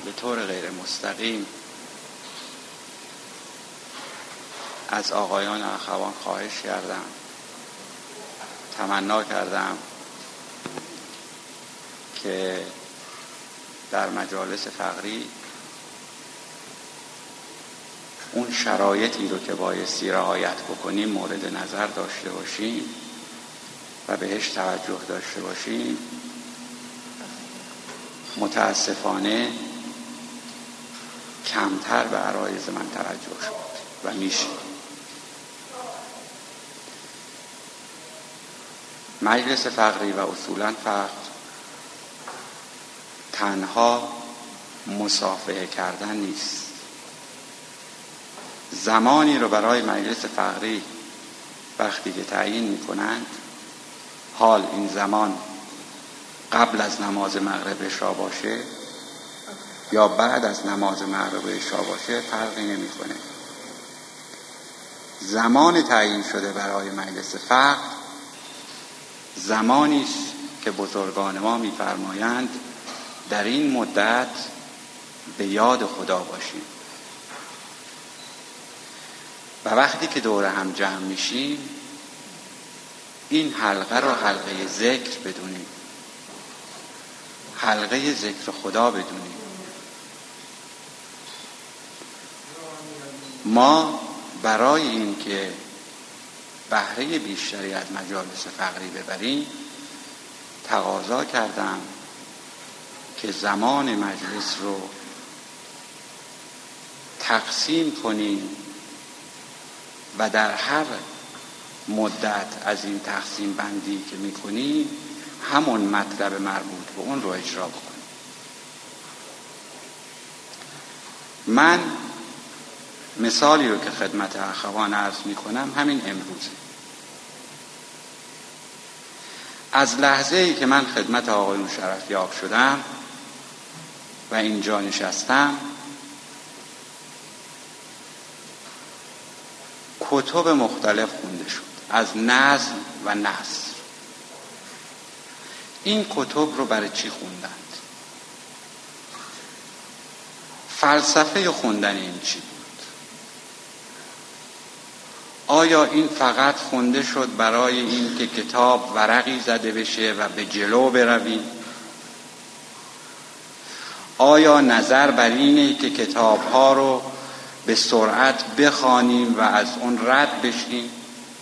به طور غیر مستقیم از آقایان اخوان خواهش کردم، تمنا کردم که در مجالس فقری اون شرایطی رو که بایستی رعایت بکنیم مورد نظر داشته باشیم و بهش توجه داشته باشیم. متاسفانه کمتر به عرایض من توجه شد و میشه. مجلس فقری و اصولاً فقر تنها مصافحه کردن نیست. زمانی رو برای مجلس فقری وقتی که تعیین میکنند، حال این زمان قبل از نماز مغرب عشا باشه یا بعد از نماز مغرب عشا باشه فرقی نمیکنه. زمان تعیین شده برای مجلس فقر زمانی است که بزرگان ما می‌فرمایند در این مدت به یاد خدا باشیم و وقتی که دور هم جمع میشیم این حلقه رو حلقه ذکر بدونیم، حلقه ذکر خدا بدونیم. ما برای این که بهره بیشتری از مجالس فقری ببریم تقاضا کردم که زمان مجلس رو تقسیم کنیم و در هر مدت از این تقسیم بندی که میکنیم همون مطلب مربوط به اون رو اجرا بکنیم. من مثالی رو که خدمت اخوان عرض میکنم همین امروزه. از لحظه ای که من خدمت آقایون شرفیاب شدم و اینجا نشستم کتب مختلف خونده شد از نظم و نثر. این کتب رو برای چی خوندند؟ فلسفه خوندن این چی بود؟ آیا این فقط خونده شد برای این که کتاب ورقی زده بشه و به جلو برویم؟ آیا نظر بر اینه که کتاب‌ها رو به سرعت بخوانیم و از اون رد بشیم؟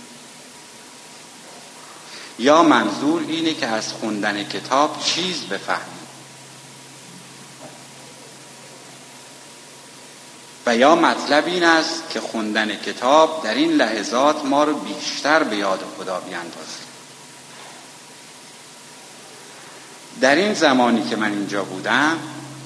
یا منظور اینه که از خوندن کتاب چیز بفهمیم؟ و یا مطلب این است که خوندن کتاب در این لحظات ما رو بیشتر به یاد خدا بیاندازه؟ در این زمانی که من اینجا بودم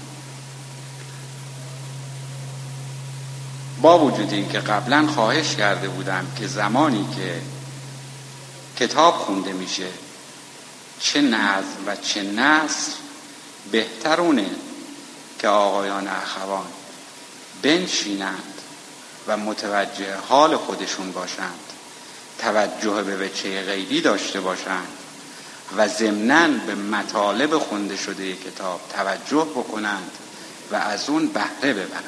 با وجود این که قبلا خواهش کرده بودم که زمانی که کتاب خونده میشه چه نظم و چه نثر بهترونه که آقایان اخوان بنشینند و متوجه حال خودشون باشند، توجه به وجه غیبی داشته باشند و ضمناً به مطالب خونده شده کتاب توجه بکنند و از اون بهره ببرند.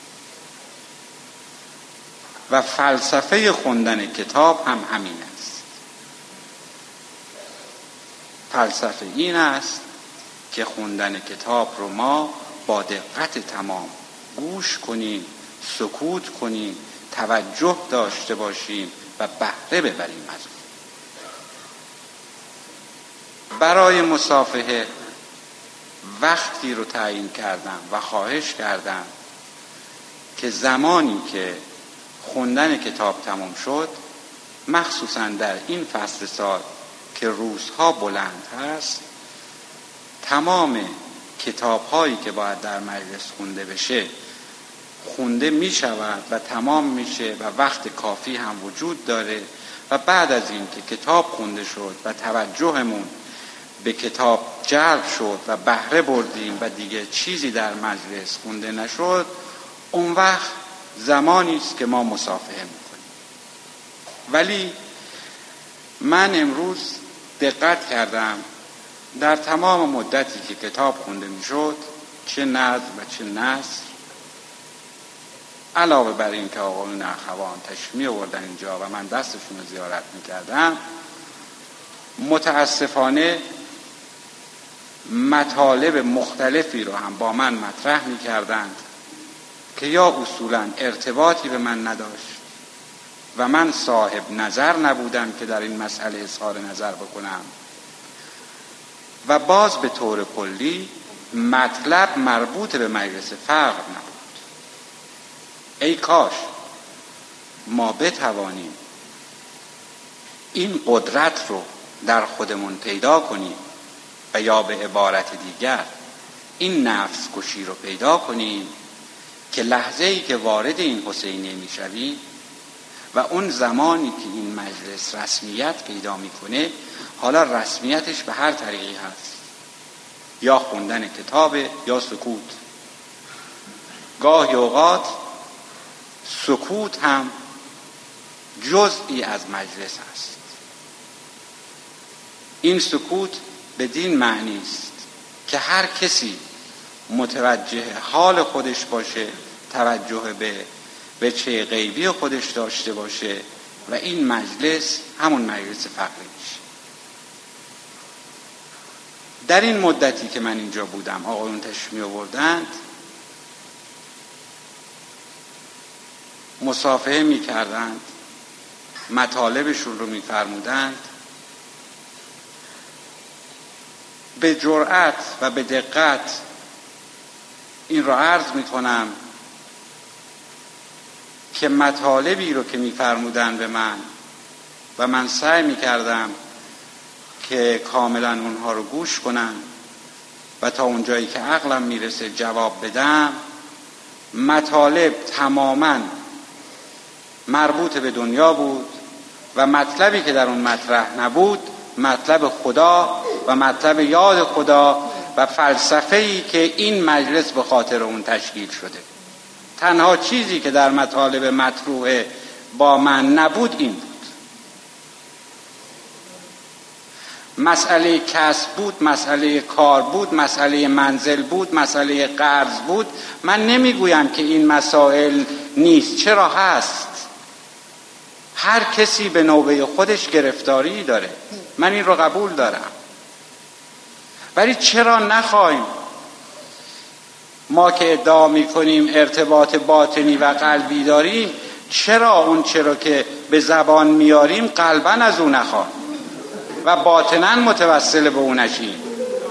و فلسفه خوندن کتاب هم همین است. فلسفه این است که خوندن کتاب رو ما با دقت تمام گوش کنیم، سکوت کنیم، توجه داشته باشیم و بهره ببریم از اون. برای مصافحه وقتی رو تعیین کردم و خواهش کردم که زمانی که خوندن کتاب تمام شد، مخصوصا در این فصل سال که روزها بلند هست، تمام کتاب هایی که باید در مجلس خونده بشه خونده می شود و تمام میشه و وقت کافی هم وجود داره و بعد از این که کتاب خونده شد و توجهمون به کتاب جلب شد و بهره بردیم و دیگه چیزی در مجلس خونده نشد، اون وقت زمانی است که ما مصافحه میکنیم. ولی من امروز دقت کردم در تمام مدتی که کتاب خونده میشد چه نظم و چه نثر، علاوه بر این که آقایون اخوان تشریف می‌آوردن اینجا و من دستشون رو زیارت می‌کردم، متاسفانه مطالب مختلفی رو هم با من مطرح می‌کردند که یا اصولاً ارتباطی به من نداشت و من صاحب نظر نبودم که در این مسئله اظهار نظر بکنم، و باز به طور کلی مطلب مربوط به مجلس فقر نبود. ای کاش ما بتوانیم این قدرت رو در خودمون پیدا کنیم و یا به عبارت دیگر این نفس کشی رو پیدا کنیم که لحظه‌ای که وارد این حسینیه میشویم و اون زمانی که این مجلس رسمیت پیدا میکنه، حالا رسمیتش به هر طریقی هست، یا خوندن کتاب یا سکوت. گاهی اوقات سکوت هم جزئی از مجلس است. این سکوت بدین معنی است که هر کسی متوجه حال خودش باشه، توجه به چه غیبی خودش داشته باشه و این مجلس همون مجلس فقری میشه. در این مدتی که من اینجا بودم آقایون تشریف می‌آوردند، مصافحه می‌کردند، مطالبشون رو می‌فرمودند. به جرأت و به دقت این رو عرض می‌کنم که مطالبی رو که می‌فرمودند به من و من سعی می‌کردم که کاملا اونها رو گوش کنم و تا اونجایی که عقلم میرسه جواب بدم، مطالب تماما مربوط به دنیا بود و مطلبی که در اون مطرح نبود مطلب خدا و مطلب یاد خدا و فلسفه‌ای که این مجلس به خاطر اون تشکیل شده. تنها چیزی که در مطالب مطروح با من نبود این بود. مسئله کسب بود، مسئله کار بود، مسئله منزل بود، مسئله قرض بود. من نمیگویم که این مسائل نیست، چرا هست. هر کسی به نوبه خودش گرفتاری داره، من این رو قبول دارم، ولی چرا نخواهیم ما که ادعا میکنیم ارتباط باطنی و قلبی داریم، چرا اون چرا که به زبان میاریم قلبا از اون نخواهیم و باطناً متوسل به اون نشیم؟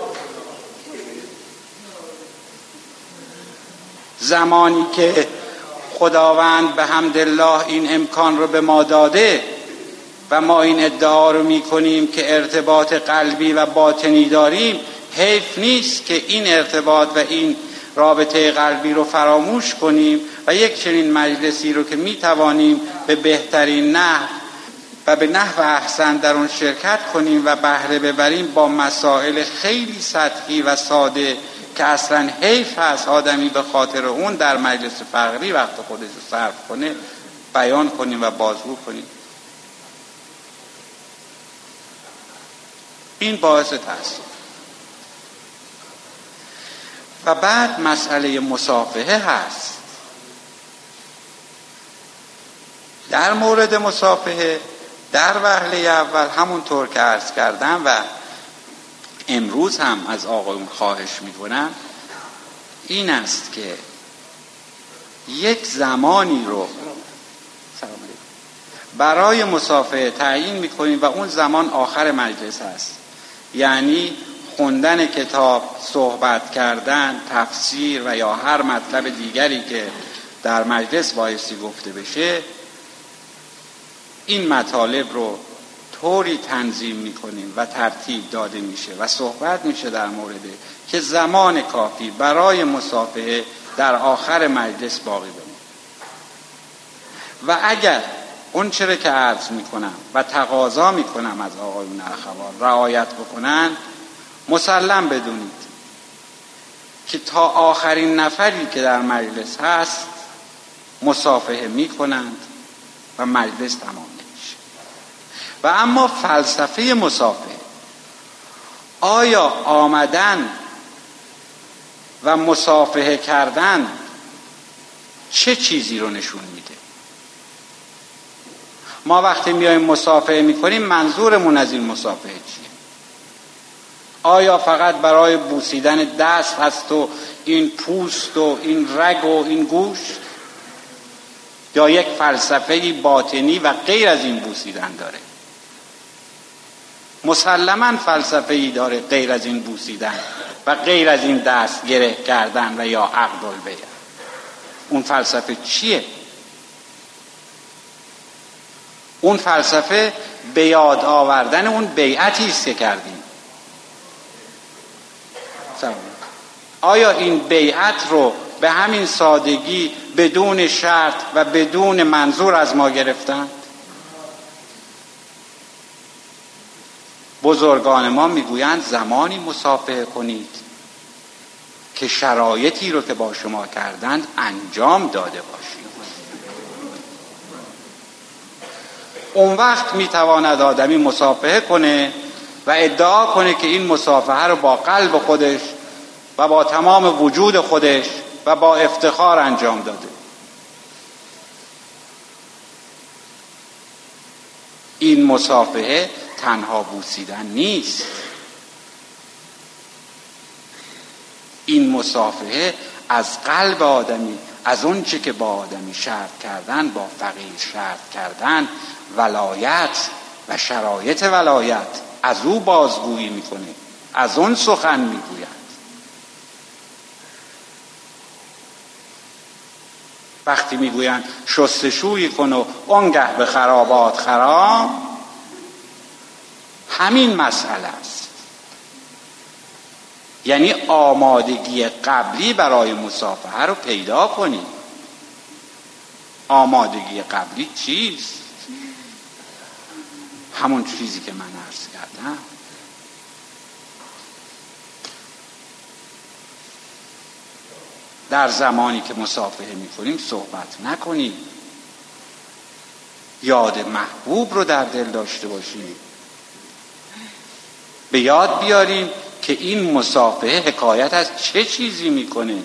زمانی که خداوند به حمدالله این امکان رو به ما داده و ما این ادعا رو میکنیم که ارتباط قلبی و باطنی داریم، حیف نیست که این ارتباط و این رابطه قلبی رو فراموش کنیم و یک چنین مجلسی رو که میتوانیم به بهترین نحو و به نحو احسن در اون شرکت کنیم و بهره ببریم، با مسائل خیلی سطحی و ساده که اصلا حیف هست آدمی به خاطر اون در مجلس فقری وقت خودش رو صرف کنه، بیان کنیم و بازگو کنیم. این باعث تأسف. و بعد مسئله مصافحه هست. در مورد مصافحه در وهله اول همونطور که عرض کردم و امروز هم از آقایون خواهش میکنم این است که یک زمانی رو برای مصافحه تعیین میکنیم و اون زمان آخر مجلس هست، یعنی خوندن کتاب، صحبت کردن، تفسیر و یا هر مطلب دیگری که در مجلس بایستی گفته بشه، این مطالب رو طوری تنظیم میکنیم و ترتیب داده میشه و صحبت میشه در مورد که زمان کافی برای مصافحه در آخر مجلس باقی بمونه. و اگر اون چرا که عرض میکنم و تقاضا میکنم از آقایون اخوان رعایت بکنن، مسلم بدونید که تا آخرین نفری که در مجلس هست مصافحه میکنند و مجلس تمام نمیشه. و اما فلسفه مصافحه، آیا آمدن و مصافحه کردن چه چیزی رو نشون میده؟ ما وقتی میایم مصافحه میکنیم منظورمون از این مصافحه چیه؟ آیا فقط برای بوسیدن دست هست و این پوست و این رگ و این گوشت، یا یک فلسفه باطنی و غیر از این بوسیدن داره؟ مسلماً فلسفه‌ای داره غیر از این بوسیدن و غیر از این دست گره کردن و یا عقد البیع. اون فلسفه چیه؟ اون فلسفه به یاد آوردن اون بیعتی است که کردیم. آیا این بیعت رو به همین سادگی بدون شرط و بدون منظور از ما گرفتن؟ بزرگان ما میگویند زمانی مصافحه کنید که شرایطی رو که با شما کردند انجام داده باشید. اون وقت میتواند آدمی مصافحه کنه و ادعا کنه که این مصافحه رو با قلب خودش و با تمام وجود خودش و با افتخار انجام داده. این مصافحه تنها بوسیدن نیست. این مصافحه از قلب آدمی، از اون چه که با آدمی شرط کردن، با فقیر شرط کردن، ولایت و شرایط ولایت، از او بازگویی میکنه، از اون سخن میگوید. وقتی میگویند شستشویی کن و آنگه به خرابات خرام، همین مسئله است. یعنی آمادگی قبلی برای مصافحه رو پیدا کنی. آمادگی قبلی چیست؟ همون چیزی که من عرض کردم. در زمانی که مصافحه میکنیم صحبت نکنیم، یاد محبوب رو در دل داشته باشیم، به یاد بیاریم که این مصافحه حکایت از چه چیزی میکنه.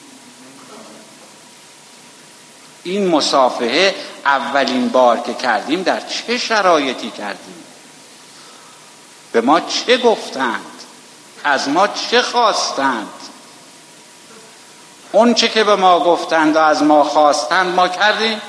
این مصافحه اولین بار که کردیم در چه شرایطی کردیم، به ما چه گفتند، از ما چه خواستند. اون چه که به ما گفتند و از ما خواستند ما کردیم.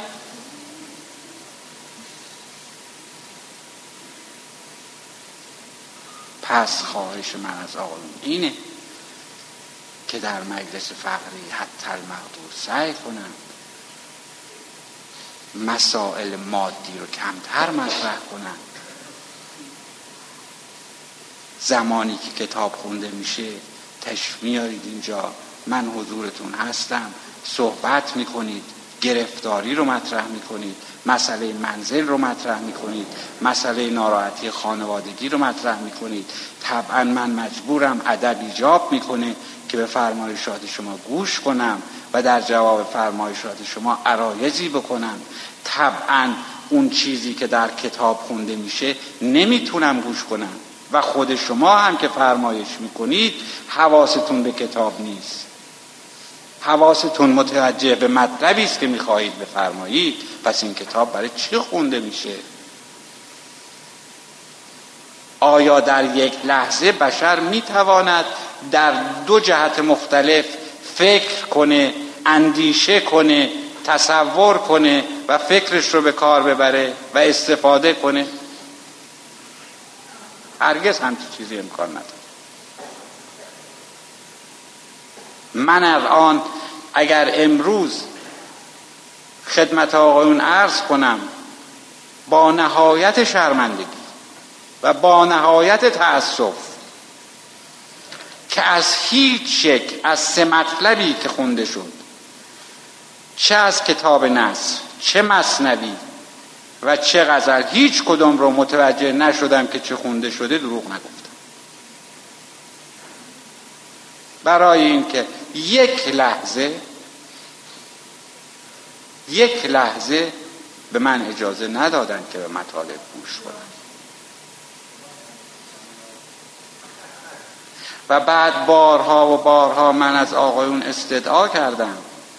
پس خواهش من از آقایون اینه که در مجلس فقری حتی المقدور سعی کنند مسائل مادی رو کمتر مطرح کنند. زمانی که کتاب خونده میشه تشریف میارید اینجا، من حضورتون هستم، صحبت میکنید، گرفتاری رو مطرح میکنید، مسئله منزل رو مطرح میکنید، مسئله ناراحتی خانوادگی رو مطرح میکنید. طبعا من مجبورم، ادب ایجاب میکنه که به فرمایشات شما گوش کنم و در جواب فرمایشات شما عرایضی بکنم. طبعا اون چیزی که در کتاب خونده میشه نمیتونم گوش کنم و خود شما هم که فرمایش میکنید حواستون به کتاب نیست، حواستون متوجه به مطلبی است که میخواهید بفرمایید. پس این کتاب برای چی خونده میشه؟ آیا در یک لحظه بشر میتواند در دو جهت مختلف فکر کنه، اندیشه کنه، تصور کنه و فکرش رو به کار ببره و استفاده کنه؟ هرگز همچین چیزی امکان نداره. من الان اگر امروز خدمت آقایون عرض کنم با نهایت شرمندگی و با نهایت تأسف که از هیچ شکل از سه مطلبی که خونده شد، چه از کتاب نصر، چه مثنوی و چه غزل، هیچ کدوم رو متوجه نشدم که چه خونده شده، دروغ نگفتم. برای اینکه یک لحظه به من اجازه ندادن که به مطالب گوش کنم. و بعد بارها و بارها من از آقایون استدعا کردم،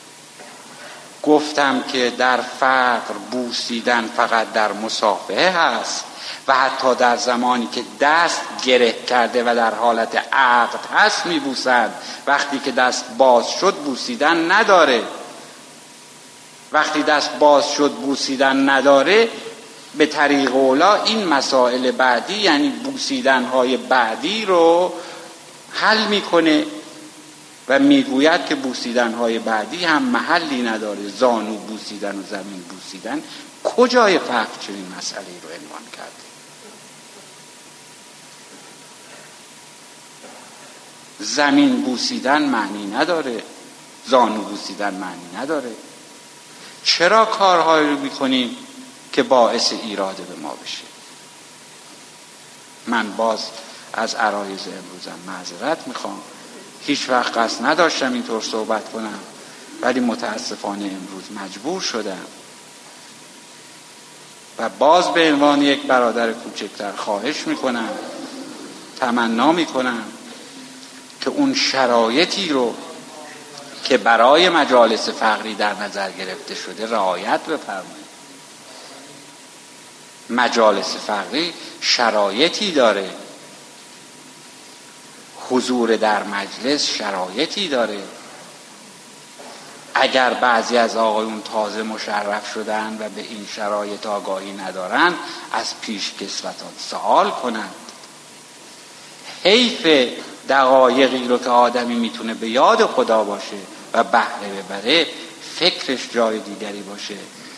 گفتم که در فقر بوسیدن فقط در مصافحه هست و حتی در زمانی که دست گره کرده و در حالت عقد هست میبوسند، وقتی که دست باز شد بوسیدن نداره. وقتی دست باز شد بوسیدن نداره، به طریق اولا این مسائل بعدی یعنی بوسیدن‌های بعدی رو حل میکنه و میگوید که بوسیدن‌های بعدی هم محلی نداره. زانو بوسیدن و زمین بوسیدن، کجای فقه چنین مسئله رو عنوان کرده؟ زمین بوسیدن معنی نداره، زانو بوسیدن معنی نداره. چرا کارهایی رو میکنیم که باعث ایراد به ما بشه؟ من باز از عرایض امروزم معذرت میخوام، هیچ وقت قصد نداشتم اینطور صحبت کنم، ولی متاسفانه امروز مجبور شدم و باز به عنوان یک برادر کوچکتر خواهش میکنم، تمنا میکنم که اون شرایطی رو که برای مجالس فقری در نظر گرفته شده رعایت بفرمایید. مجالس فقری شرایطی داره، حضور در مجلس شرایطی داره. اگر بعضی از آقایون تازه مشرف شدن و به این شرایط آگاهی ندارن، از پیش کسوتان سوال کنند. حیف دقایقی رو که آدمی میتونه به یاد خدا باشه و بهره ببره، فکرش جای دیگری باشه.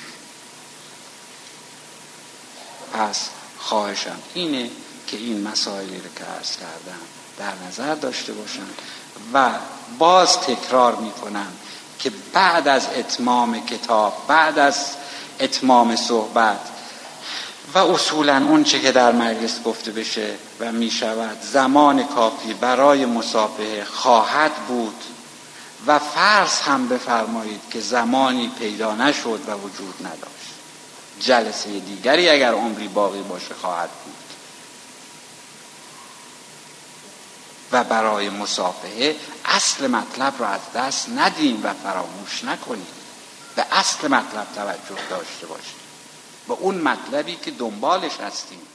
پس خواهشم اینه که این مسائلی رو که عرض کردم در نظر داشته باشن و باز تکرار میکنم که بعد از اتمام کتاب، بعد از اتمام صحبت و اصولا اون چه که در مجلس گفته بشه و میشود، زمان کافی برای مصافحه خواهد بود و فرض هم بفرمایید که زمانی پیدا نشد و وجود نداشت، جلسه دیگری اگر عمری باقی باشه خواهد بود و برای مصافحه اصل مطلب رو از دست ندیم و فراموش نکنیم، به اصل مطلب توجه داشته باشیم، به اون مطلبی که دنبالش هستیم.